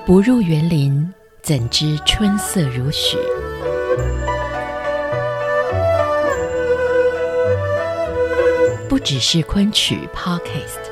不入园林，怎知春色如许？不只是昆曲 Podcast。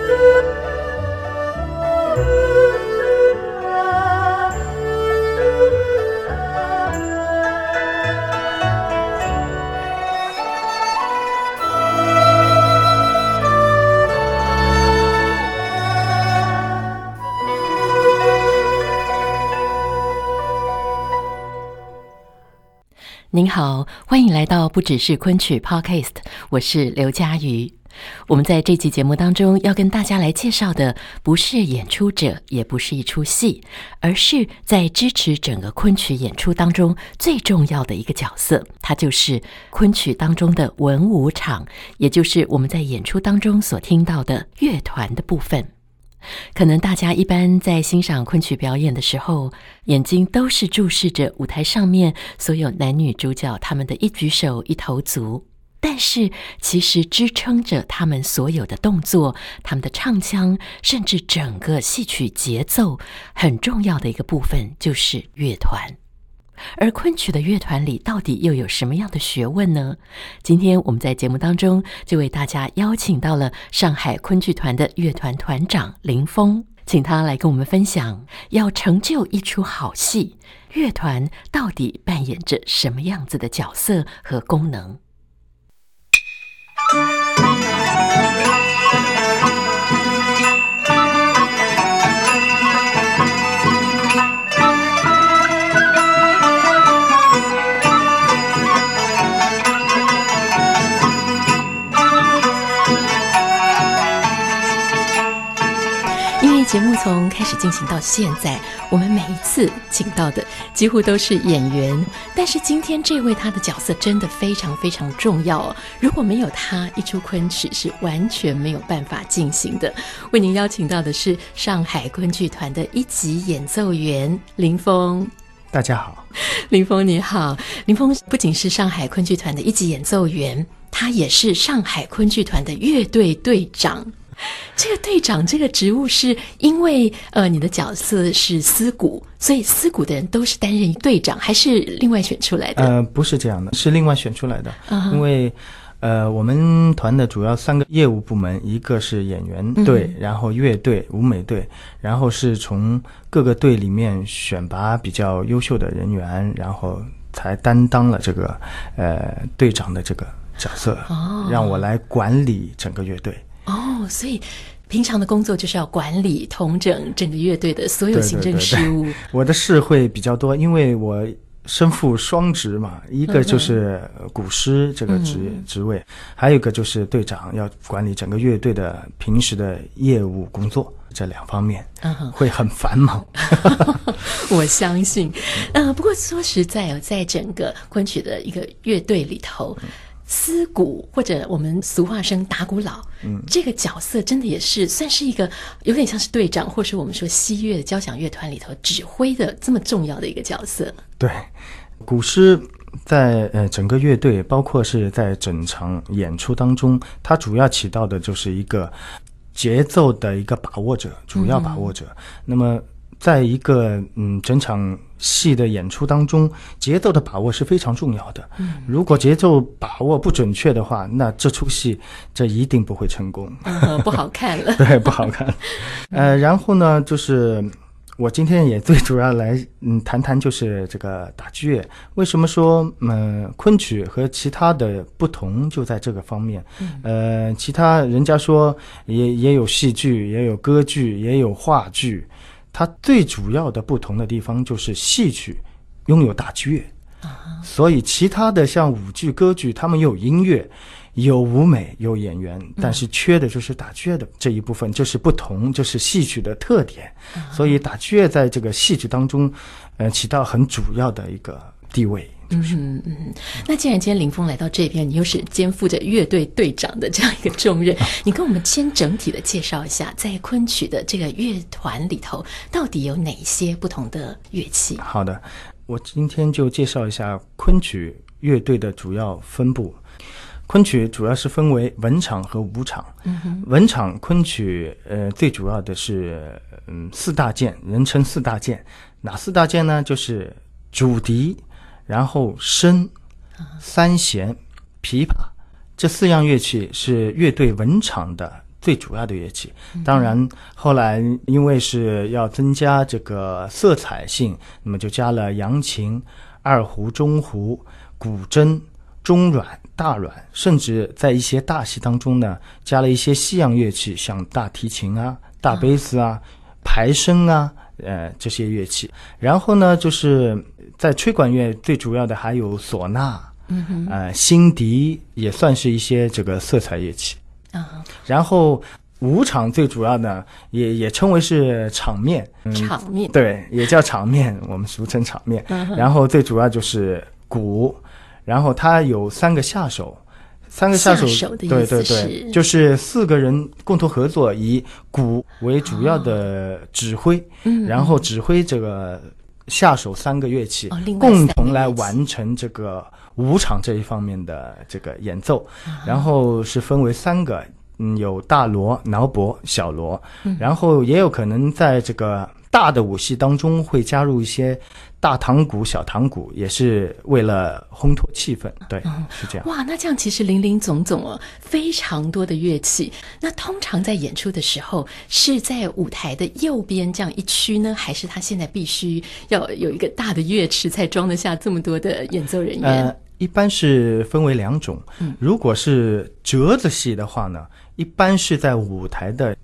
您好，欢迎来到不只是昆曲 Podcast， 我是刘嘉瑜。我们在这期节目当中要跟大家来介绍的不是演出者，也不是一出戏，而是在支持整个昆曲演出当中最重要的一个角色，它就是昆曲当中的文武场，也就是我们在演出当中所听到的乐团的部分。可能大家一般在欣赏昆曲表演的时候，眼睛都是注视着舞台上面所有男女主角他们的一举手一投足，但是其实支撑着他们所有的动作，他们的唱腔，甚至整个戏曲节奏，很重要的一个部分就是乐团。而昆曲的乐团里到底又有什么样的学问呢？今天我们在节目当中就为大家邀请到了上海昆剧团的乐团团长林峰，请他来跟我们分享，要成就一出好戏，乐团到底扮演着什么样子的角色和功能。节目从开始进行到现在，我们每一次请到的几乎都是演员，但是今天这位他的角色真的非常非常重要哦，如果没有他，一出昆曲是完全没有办法进行的。为您邀请到的是上海昆剧团的一级演奏员林峰。 大家好。 林峰你好。林峰不仅是上海昆剧团的一级演奏员，他也是上海昆剧团的乐队队长。这个队长这个职务是因为你的角色是司鼓，所以司鼓的人都是担任队长，还是另外选出来的？ 不是这样的，是另外选出来的。因为我们团的主要3个业务部门，一个是演员队，然后乐队、舞美队，然后是从各个队里面选拔比较优秀的人员，然后才担当了这个队长的这个角色，让我来管理整个乐队。 所以平常的工作就是要管理统整整个乐队的所有行政事务。 对，我的事会比较多，因为我身负双职嘛，一个就是鼓师这个职位，还有一个就是队长，要管理整个乐队的平时的业务工作，这2方面会很繁忙。 我相信。不过说实在在整个昆曲的一个乐队里头，司鼓或者我们俗话声打鼓佬，这个角色真的也是算是一个有点像是队长，或是我们说西乐的交响乐团里头指挥的这么重要的一个角色。 对，鼓师在整个乐队，包括是在整场演出当中，他主要起到的就是一个节奏的一个把握者，主要把握者。那么在一个整场戏的演出当中，节奏的把握是非常重要的。如果节奏把握不准确的话，那这出戏这一定不会成功， 不好看了。 对，不好看。然后呢，就是我今天也最主要来谈谈就是这个打击乐。为什么说昆曲和其他的不同就在这个方面。其他人家说也有戏剧，也有歌剧，也有话剧，它最主要的不同的地方就是戏曲拥有打击乐，所以其他的像舞剧、歌剧，他们有音乐，有舞美，有演员，但是缺的就是打击乐的这一部分，就是不同，就是戏曲的特点。所以打击乐在这个戏曲当中起到很主要的一个地位。 那既然今天林峰来到这边，你又是肩负着乐队队长的这样一个重任，你跟我们先整体的介绍一下，在昆曲的这个乐团里头到底有哪些不同的乐器？ 好的，我今天就介绍一下昆曲乐队的主要分布。 昆曲主要是分为文场和武场。文场昆曲最主要的是四大件，人称四大件。哪四大件呢？就是竹笛，然后笙、三弦、琵琶，这4样乐器是乐队文场的最主要的乐器。当然后来因为是要增加这个色彩性，那么就加了扬琴、二胡、中胡、古筝、中阮、大阮，甚至在一些大戏当中呢，加了一些西洋乐器，像大提琴啊、大贝斯啊、排声啊，这些乐器。然后呢，就是在吹管乐最主要的还有唢呐，新笛也算是一些这个色彩乐器。然后武场最主要的也称为是场面， 场面， 对，也叫场面，我们俗称场面。然后最主要就是鼓，然后它有3个下手。3个下手的意思是， 对，就是4个人共同合作，以鼓为主要的指挥，然后指挥这个下手3个乐器，共同来完成这个武场这一方面的这个演奏。然后是分为3个，有大锣、挠钹、小锣，然后也有可能在这个大的武戏当中会加入一些大堂鼓、小堂鼓，也是为了烘托气氛。对，是这样。 哇，那这样其实林林总总哦，非常多的乐器。那通常在演出的时候，是在舞台的右边这样一区呢，还是他现在必须要有一个大的乐池才装得下这么多的演奏人员？ 一般是分为2种。如果是折子戏的话呢，一般是在舞台的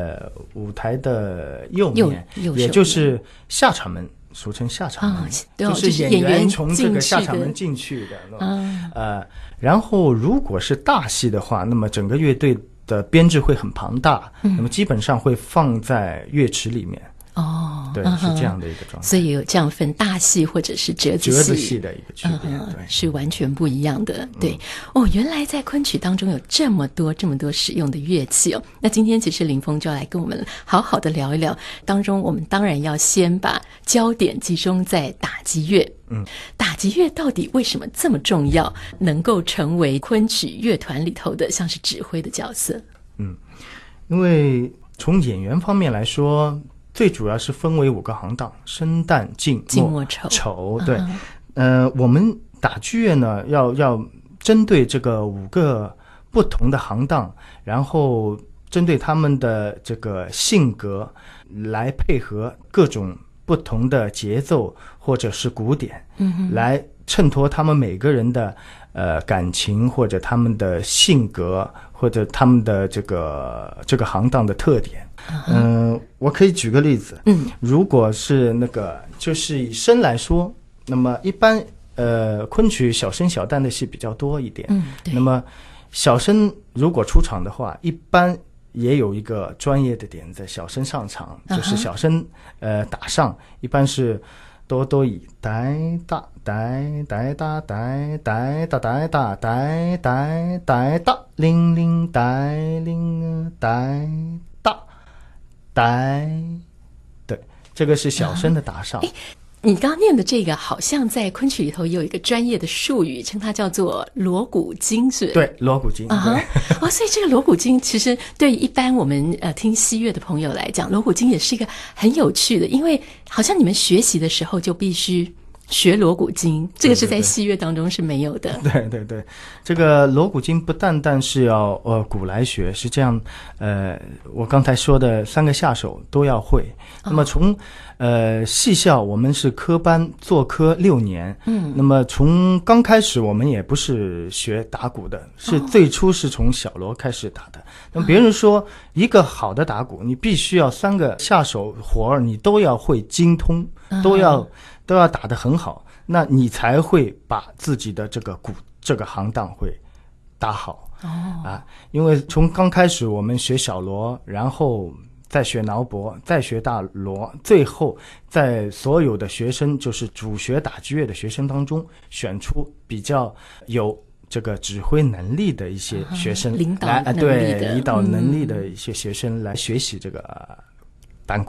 右面，也就是下场门，俗称下场门，就是演员从这个下场门进去的。然后如果是大戏的话，那么整个乐队的编制会很庞大，那么基本上会放在乐池里面。对，是这样的一个状态。 所以有这样分大戏或者是折子戏的一个区别，对， 是完全不一样的。对，原来在昆曲当中有这么多使用的乐器哦。那今天其实林峰就要来跟我们好好的聊一聊，当中我们当然要先把焦点集中在打击乐。打击乐到底为什么这么重要，能够成为昆曲乐团里头的像是指挥的角色？ 因为从演员方面来说，最主要是分为5个行当：生旦净末丑。对，我们打击乐呢，要针对这个5个不同的行当，然后针对他们的这个性格来配合各种不同的节奏或者是鼓点，来衬托他们每个人的感情，或者他们的性格，或者他们的这个行当的特点。我可以举个例子。如果是就是以笙来说，那么一般昆曲小生小旦的戏比较多一点。那么小生如果出场的话，一般也有一个专业的点子，小生上场，就是小生打上，一般是哆哆以呆大呆呆大呆呆大呆大呆呆呆大铃铃呆铃呆大呆。对，这个是小生的打上。 你刚刚念的这个好像在昆曲里头也有一个专业的术语，称它叫做锣鼓经，是？ 对，锣鼓经。 所以这个锣鼓经其实对一般我们听西乐的朋友来讲，锣鼓经也是一个很有趣的，因为好像你们学习的时候就必须学锣鼓经，这个是在西乐当中是没有的。 对，这个锣鼓经不单单是要鼓来学，是这样。我刚才说的3个下手都要会。那么从戏校我们是科班做科6年。那么从刚开始我们也不是学打鼓的，是最初是从小锣开始打的。那么别人说一个好的打鼓，你必须要3个下手活儿你都要会精通，都要打得很好，那你才会把自己的这个鼓这个行当会打好。因为从刚开始我们学小锣，然后再学挠钹，再学大锣，最后在所有的学生，就是主学打击乐的学生当中，选出比较有这个指挥能力的一些学生， 领导能力的领导能力的一些学生来学习这个单鼓。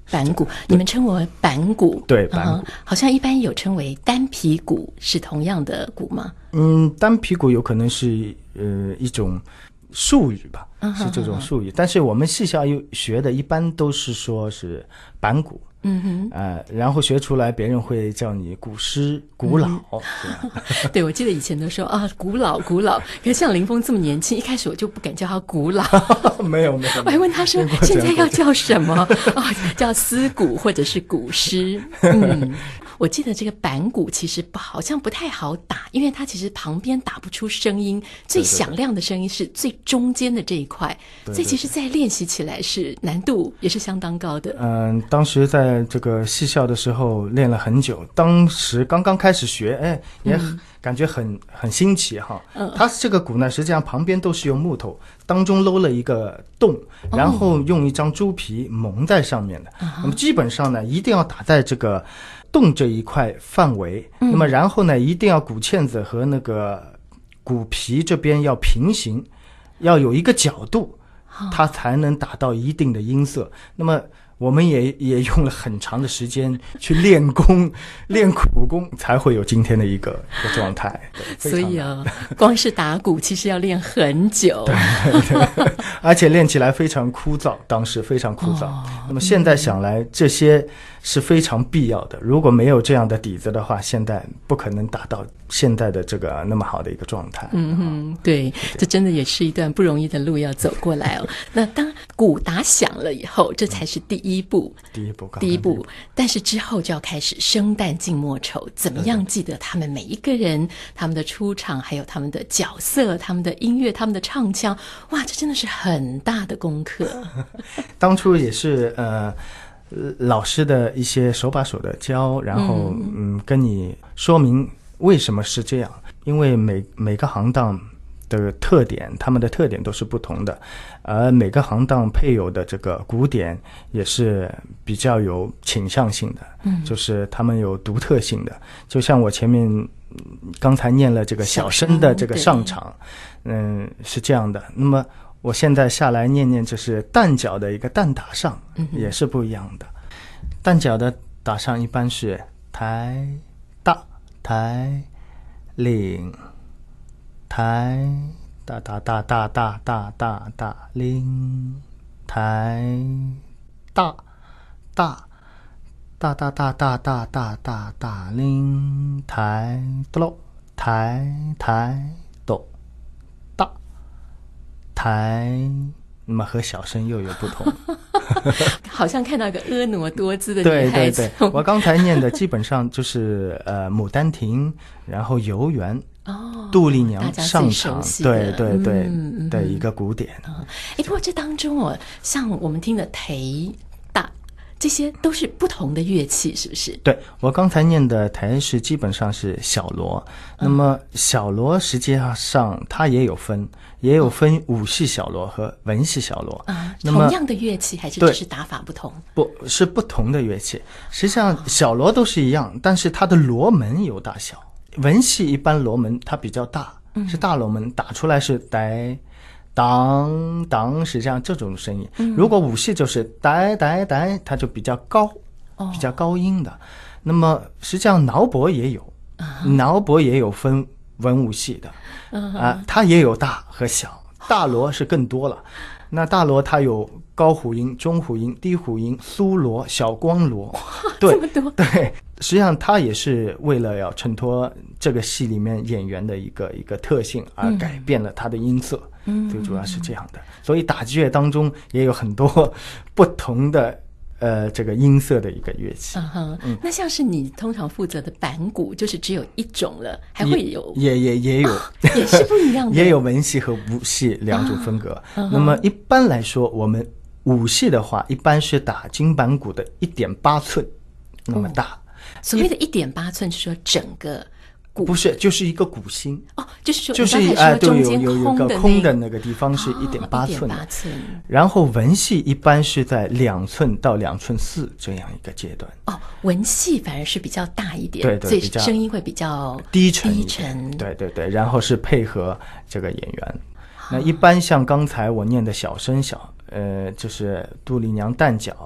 板鼓，你们称为板鼓？ 对，板鼓。 好像一般有称为单皮鼓，是同样的鼓吗？ 单皮鼓有可能是一种术语吧，是这种术语。但是我们戏校学的一般都是说是板鼓。然后学出来，别人会叫你古诗、古老。 对，我记得以前都说啊，古老。可是像林峰这么年轻，一开始我就不敢叫他古老。 没有， 我还问他说现在要叫什么？叫思古或者是古诗。我记得这个板鼓其实好像不太好打，因为它其实旁边打不出声音，最响亮的声音是最中间的这一块，所以其实在练习起来是难度也是相当高的。 当时在这个戏校的时候练了很久，当时刚刚开始学，也感觉很新奇哈。它这个鼓呢，实际上旁边都是用木头，当中搂了一个洞，然后用一张猪皮蒙在上面的。那么基本上呢，一定要打在这个洞这一块范围，那么然后呢，一定要鼓签子和那个鼓皮这边要平行，要有一个角度，它才能达到一定的音色。那么我们也用了很长的时间去练功练苦功，才会有今天的一个状态。 所以光是打鼓其实要练很久。 对，而且练起来非常枯燥，当时非常枯燥。那么现在想来，这些是非常必要的，如果没有这样的底子的话，现在不可能达到现在的这个那么好的一个状态。 对，这真的也是一段不容易的路要走过来哦。那当鼓打响了以后，这才是第一步。但是之后就要开始生旦净末丑，怎么样记得他们每一个人他们的出场，还有他们的角色，他们的音乐，他们的唱腔，哇，这真的是很大的功课。 当初也是老师的一些手把手的教，然后跟你说明为什么是这样，因为每个行当的特点，他们的特点都是不同的，而每个行当配有的这个鼓点也是比较有倾向性的，就是他们有独特性的。就像我前面刚才念了这个小生的这个上场，是这样的。那么我现在下来念就是旦角的一个旦打上，也是不一样的。旦角的打上一般是抬大抬领抬大大大大大大大大领抬大大大大大大大大大大领抬哆抬哆大抬，那么和小声又有不同。 好像看到一个婀娜多姿的女孩子。 对，我刚才念的基本上就是牡丹亭，然后游园，杜丽娘上场，对的一个古典。 不过这当中像我们听的忒大，这些都是不同的乐器，是不是？对， 我刚才念的忒是基本上是小锣，那么小锣实际上它也有分武系小锣和文系小锣。 同样的乐器还是只是打法不同？ 不是不同的乐器，实际上小锣都是一样，但是它的锣门有大小。文系一般锣门它比较大，是大锣门，打出来是呆当当，实际上这种声音。如果武系就是呆，它就比较高，比较高音的。那么实际上挠钹也有分文武系的，它也有大和小，大锣是更多了。那大锣它有高虎音、中虎音、低虎音、苏锣、小光锣，对， 这么多。 对，实际上它也是为了要衬托这个戏里面演员的一个特性而改变了它的音色，最主要是这样的。所以打击乐当中也有很多不同的这个音色的一个乐器。 那像是你通常负责的板鼓，就是只有一种了，还会有也有也是不一样的， 也有文系和武系两种风格。那么一般来说，我们武系的话，一般是打金板鼓的1.8寸那么大。 所谓的1.8寸是说整个鼓？ 不是，就是一个鼓心。 就是说就是中间有一个空的那个地方是1.8寸的。然后文系一般是在2寸到2寸4这样一个阶段。 文系反而是比较大一点， 对， 所以声音会比较低沉。对，然后是配合这个演员。那一般像刚才我念的小生就是杜丽娘旦角，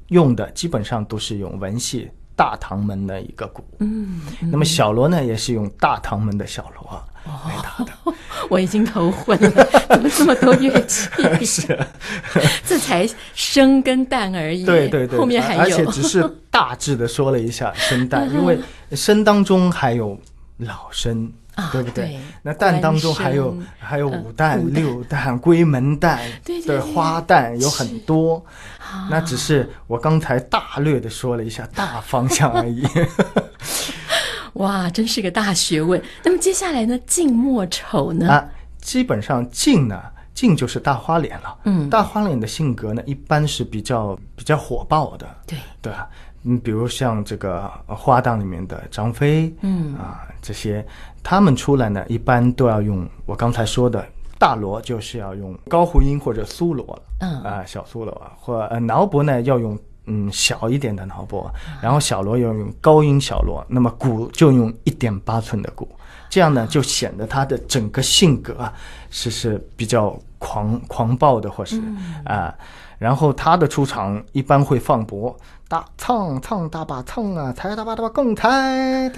用的基本上都是用文系大唐门的一个鼓，那么小锣呢也是用大唐门的小锣来打的。 我已经头昏了，怎么这么多乐器？ 是， 这才生跟旦而已。 对对对， 后面还有， 而且只是大致的说了一下生旦，因为生当中还有老生。对不对？那旦当中还有五旦、六旦、归门旦，对，花旦有很多。那只是我刚才大略的说了一下大方向而已。 哇，真是个大学问。那么接下来呢，晋末丑呢？ 基本上晋就是大花脸了。大花脸的性格呢，一般是比较火爆的。对吧？比如像这个花旦里面的张飞，这些他们出来呢，一般都要用我刚才说的大锣，就是要用高胡音或者苏锣小苏锣，或挠钹呢要用小一点的挠钹，然后小锣要用高音小锣，那么鼓就用1.8寸的鼓，这样呢就显得他的整个性格是比较狂暴的，或是然后他的出场一般会放钹。大唱大把唱啊，踩大把共踩，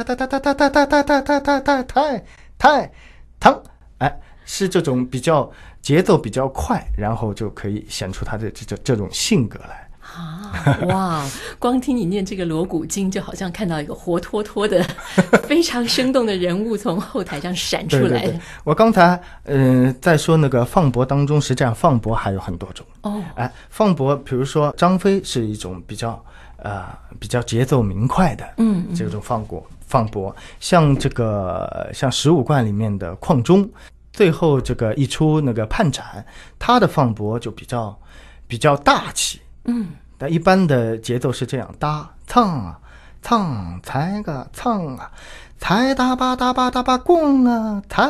太疼，是这种比较节奏比较快，然后就可以显出他的这种性格来。 哇，光听你念这个锣鼓经，就好像看到一个活脱脱的非常生动的人物从后台上闪出来。 对，我刚才在说那个放钹当中，实际上放钹还有很多种。放钹比如说张飞是一种比较节奏明快的这种放钹，像十五贯里面的况中，最后这个一出那个叛斩，他的放钹就比较大气。但一般的节奏是这样：大唱踩个唱啊，踩大把供啊，太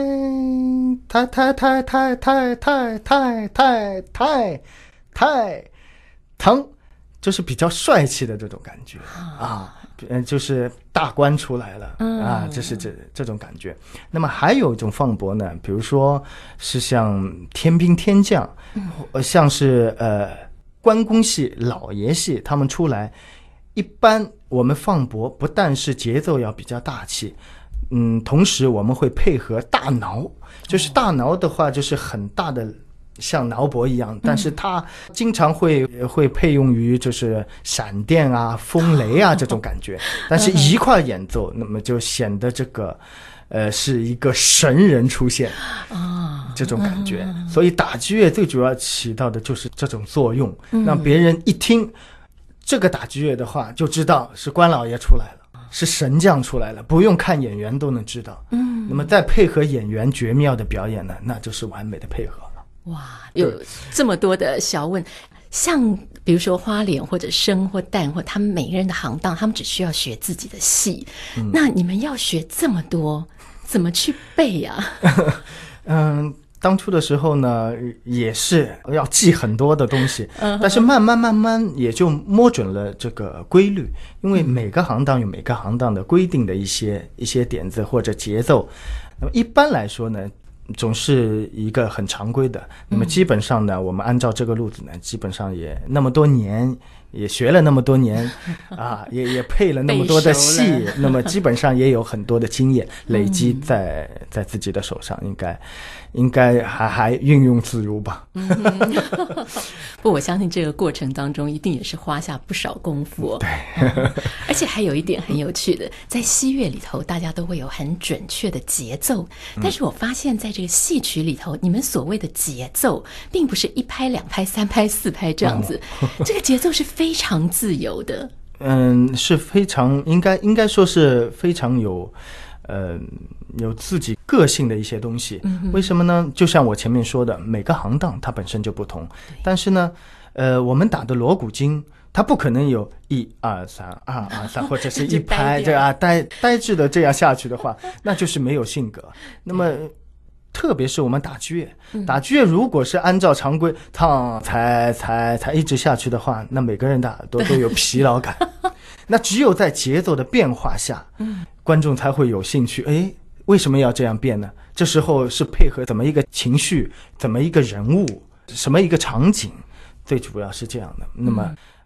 疼，就是比较帅气的这种感觉就是大官出来了这是这种感觉。那么还有一种放钹呢，比如说是像天兵天将，像是关公戏、老爷戏，他们出来，一般我们放钹不但是节奏要比较大气，同时我们会配合大挠，就是大挠的话就是很大的。像挠钹一样，但是它经常会配用于就是闪电风雷这种感觉，但是一块演奏，那么就显得这个是一个神人出现这种感觉。所以打击乐最主要起到的就是这种作用，让别人一听这个打击乐的话，就知道是关老爷出来了，是神将出来了，不用看演员都能知道。那么再配合演员绝妙的表演呢，那就是完美的配合了。 哇，有这么多的小问，像比如说花脸或者生或旦，或他们每个人的行当，他们只需要学自己的戏。那你们要学这么多，怎么去背呀？ 当初的时候呢，也是要记很多的东西，但是慢慢也就摸准了这个规律，因为每个行当有每个行当的规定的一些点子或者节奏。那么一般来说呢，总是一个很常规的，那么基本上呢，我们按照这个路子呢，基本上也那么多年，也学了那么多年也配了那么多的戏，那么基本上也有很多的经验累积在自己的手上，应该还运用自如吧。 不，我相信这个过程当中一定也是花下不少功夫。 对， 而且还有一点很有趣的，在西乐里头大家都会有很准确的节奏，但是我发现在这个戏曲里头，你们所谓的节奏并不是1拍2拍3拍4拍这样子，这个节奏是非常自由的。 是非常应该说是非常有自己个性的一些东西。为什么呢？就像我前面说的，每个行当它本身就不同，但是呢我们打的锣鼓经它不可能有1 2 3 2 2 3或者是一拍这样呆滞的这样下去的话，那就是没有性格。那么特别是我们打击乐如果是按照常规唱才一直下去的话，那每个人的耳朵都有疲劳感。那只有在节奏的变化下，观众才会有兴趣。为什么要这样变呢？这时候是配合怎么一个情绪，怎么一个人物，什么一个场景，最主要是这样的。那么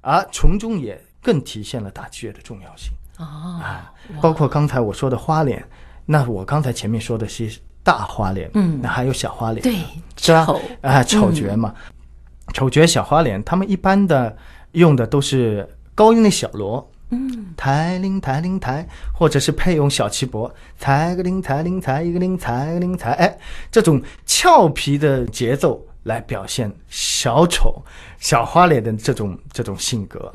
而从中也更体现了打击乐的重要性。包括刚才我说的花脸，那我刚才前面说的是大花脸，那还有小花脸， 对， 是吧？丑角嘛，丑角小花脸，他们一般的用的都是高音的小锣，抬铃抬铃抬，或者是配用小气钹，抬个铃抬铃抬一个铃抬个铃抬，这种俏皮的节奏来表现小丑小花脸的这种性格，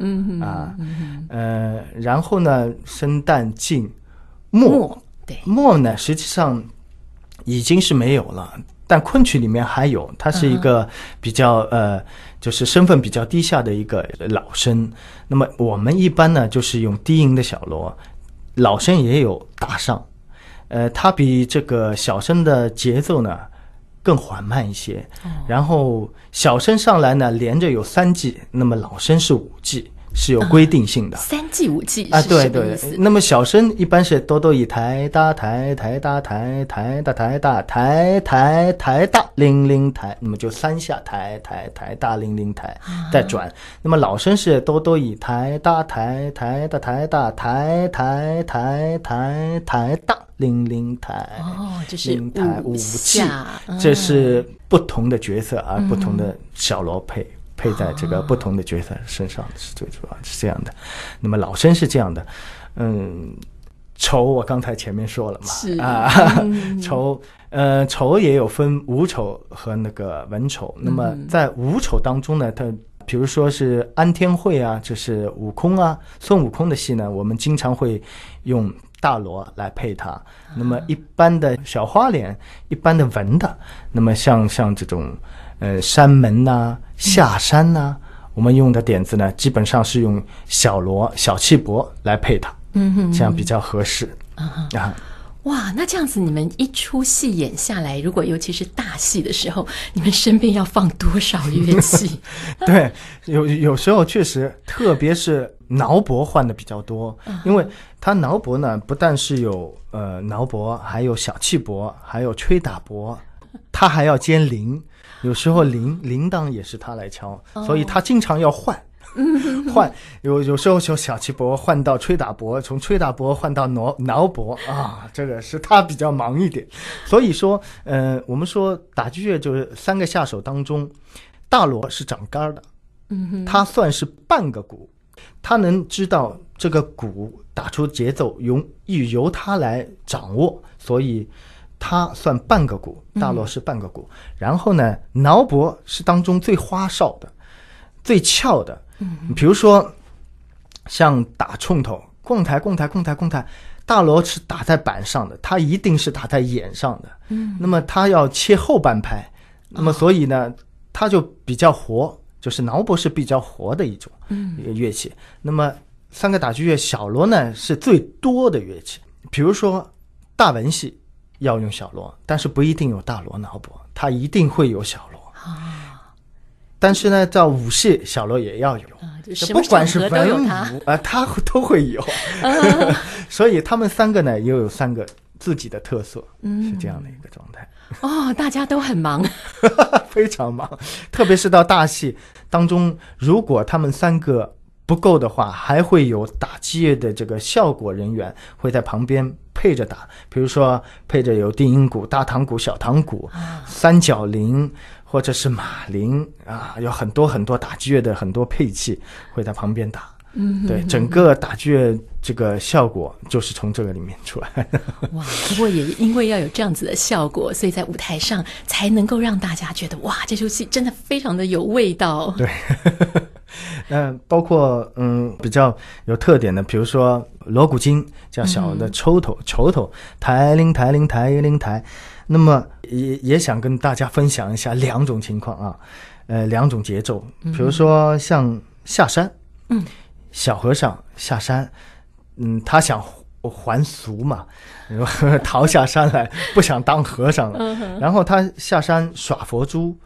然后呢，生旦净末，对，末呢实际上已经是没有了，但昆曲里面还有，它是一个比较就是身份比较低下的一个老生。那么我们一般呢就是用低音的小锣，老生也有打上，它比这个小生的节奏呢更缓慢一些，然后小生上来呢连着有3记，那么老生是5记，是有规定性的。 3记5记是什么意思？对。那么小生一般是哆哆以抬哒抬抬哒抬抬哒抬哒抬抬抬哒铃铃抬，那么就3下抬抬抬哒铃铃抬再转。那么老生是哆哆以抬哒抬抬哒抬哒抬抬抬抬抬哒铃铃抬， 这是 5记，这是不同的角色而不同的小锣配在这个不同的角色身上，是最主要是这样的。那么老生是这样的，丑我刚才前面说了嘛，丑也有分武丑和那个文丑。那么在武丑当中呢，它比如说是安天会啊，这是悟空啊，孙悟空的戏呢，我们经常会用大锣来配它。那么一般的小花脸，一般的文的，那么像这种山门呐、下山呐，我们用的点子呢，基本上是用小锣、小气钹来配它，这样比较合适哇，那这样子你们一出戏演下来，如果尤其是大戏的时候，你们身边要放多少乐器？ 对，有时候确实，特别是挠钹换的比较多，因为它挠钹呢，不但是有挠钹，还有小气钹，还有吹打钹，它还要兼铃，有时候铃铛也是它来敲，所以它经常要换。有时候从小气钹换到吹打钹，从吹打钹换到挠钹啊，这个是他比较忙一点。所以说我们说打击乐就是3个下手当中，大锣是掌杆的，他算是半个鼓，他能知道这个鼓打出节奏由他来掌握，所以他算半个鼓，大锣是半个鼓。然后呢，挠钹是当中最花哨的，最俏的。比如说像打冲头，共台，大锣是打在板上的，它一定是打在眼上的。那么它要切后半拍，那么所以呢，它就比较活，就是挠钹是比较活的一种乐器。那么3个打击乐，小锣呢是最多的乐器。比如说大文戏要用小锣，但是不一定有大锣挠钹，它一定会有小锣。但是呢，在武戏小锣也要有，不管是文武它都会有。所以他们3个呢，也有3个自己的特色，是这样的一个状态。 大家都很忙， 非常忙。特别是到大戏当中，如果他们3个不够的话，还会有打击乐的这个效果人员会在旁边配着打，比如说配着有定音鼓、大堂鼓、小堂鼓、三角铃，或者是马铃啊，有很多很多打击乐的很多配器会在旁边打。对，整个打击乐这个效果就是从这个里面出来的。 哇，不过也因为要有这样子的效果，所以在舞台上才能够让大家觉得哇，这出戏真的非常的有味道。 对。包括比较有特点的，比如说锣鼓经叫小的抽头，抬铃抬铃抬铃抬。那么也想跟大家分享一下2种情况啊，2种节奏。比如说像下山，小和尚下山，他想还俗嘛，逃下山来，不想当和尚了。然后他下山耍佛珠，一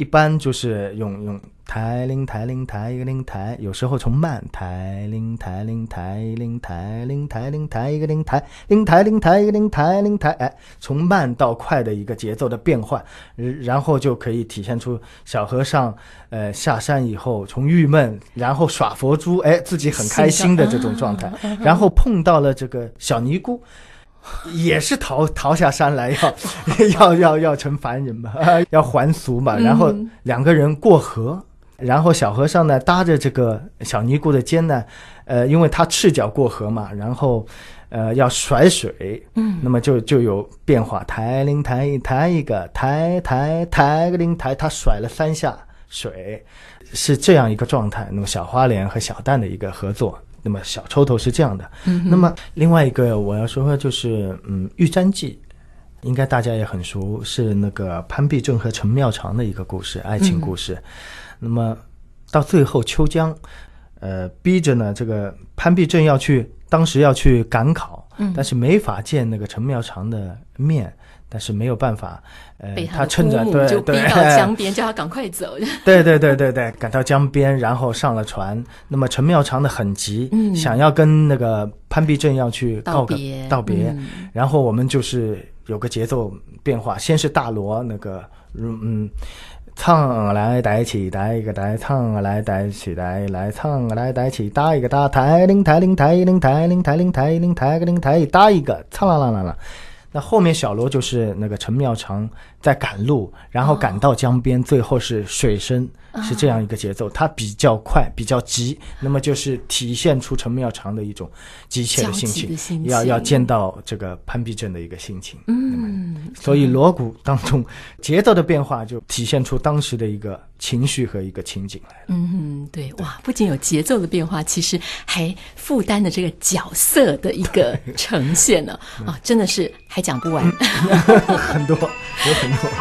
一般就是用抬铃抬铃抬一个铃抬，有时候从慢抬铃抬铃抬铃抬铃抬铃抬一个铃抬铃抬铃抬一个铃抬铃抬，从慢到快的一个节奏的变换，然后就可以体现出小和尚下山以后从郁闷然后耍佛珠，自己很开心的这种状态，然后碰到了这个小尼姑，也是逃下山来要成凡人嘛，要还俗嘛，然后两个人过河。然后小和尚呢搭着这个小尼姑的肩呢，因为他赤脚过河嘛，然后要甩水，那么就有变化，抬铃抬一个抬个铃抬，他甩了3下水，是这样一个状态。那么小花脸和小旦的一个合作，那么小抽头是这样的。那么另外一个我要说的就是玉簪记，应该大家也很熟，是那个潘必正和陈妙常的一个故事，爱情故事。那么到最后秋江逼着呢这个潘必正当时要去赶考，但是没法见那个陈妙常的面，但是没有办法， 他趁着就逼到江边，叫他赶快走。 对，赶到江边，然后上了船。那么陈妙常的很急，想要跟那个潘必正要去道别，然后我们就是有个节奏变化，先是大锣那个唱来带起带一个带，唱来带起带来，唱来带起搭一个搭，抬铃抬铃抬铃抬铃抬铃抬铃抬个铃抬搭一个，唱啦啦啦啦。那后面小锣就是那个陈妙常在赶路，然后赶到江边，最后是水声，是这样一个节奏，它比较快比较急，那么就是体现出陈妙常的一种急切的心情，要见到这个潘必正的一个心情。所以锣鼓当中节奏的变化就体现出当时的一个情绪和一个情景来了。 对，哇，不仅有节奏的变化，其实还负担了这个角色的一个呈现呢。真的是还讲不完。 很多，有很多。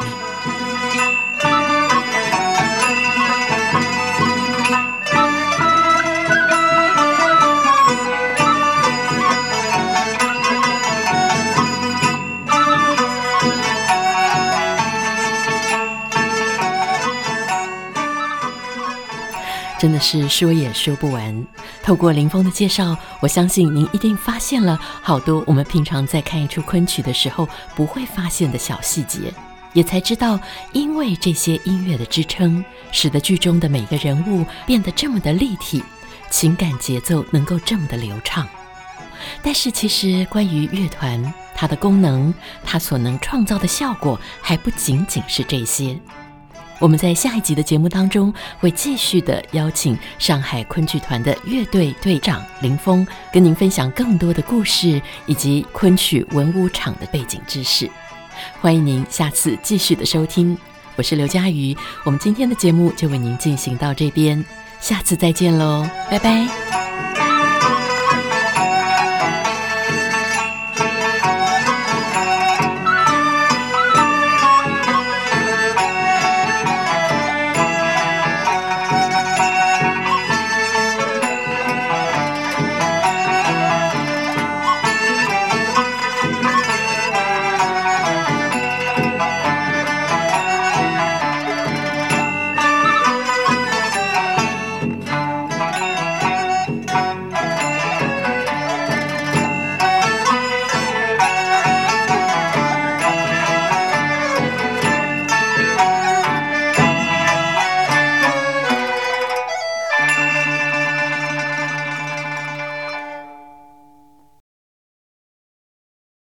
真的是说也说不完。透过林峰的介绍，我相信您一定发现了好多我们平常在看一出昆曲的时候不会发现的小细节，也才知道因为这些音乐的支撑，使得剧中的每个人物变得这么的立体，情感节奏能够这么的流畅。但是其实关于乐团，它的功能，它所能创造的效果还不仅仅是这些。我们在下一集的节目当中会继续的邀请上海昆剧团的乐队队长林峰，跟您分享更多的故事以及昆曲文武场的背景知识。欢迎您下次继续的收听，我是刘佳瑜，我们今天的节目就为您进行到这边，下次再见喽，拜拜。